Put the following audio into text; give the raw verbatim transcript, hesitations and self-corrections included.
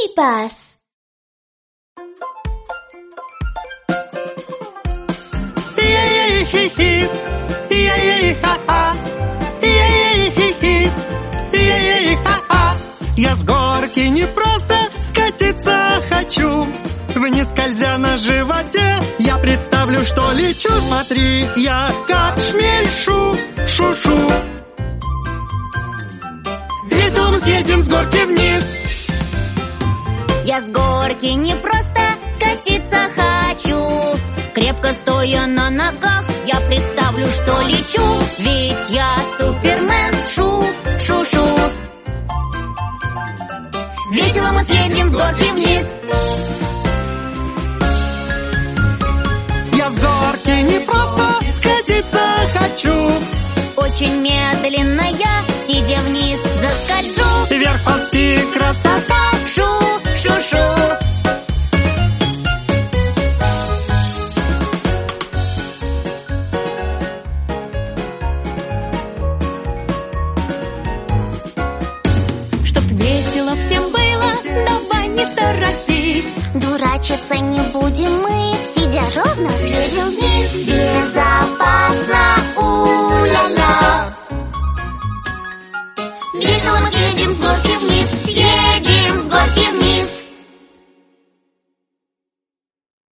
Skipass. Я с горки не просто скатиться хочу. Вниз скользя на животе, я представлю, что лечу. Смотри, я как шмель шу, шу-шу. Весело мы съедем с горки вниз. Я с горки не просто скатиться хочу. Крепко стоя на ногах, я представлю, что лечу. Ведь я супермен, шу, шу-шу. Весело мы съедем с горки вниз. Я с горки не просто скатиться хочу. Очень медленно я, сидя вниз, заскольжу. Вверх ползти красота, шу, шу-шу. Чтоб весело всем было, давай не торопись. Дурачиться не будем мы, сидя ровно, съедем вниз. Безопасно, у-ля-ля. Весело мы съедем с горки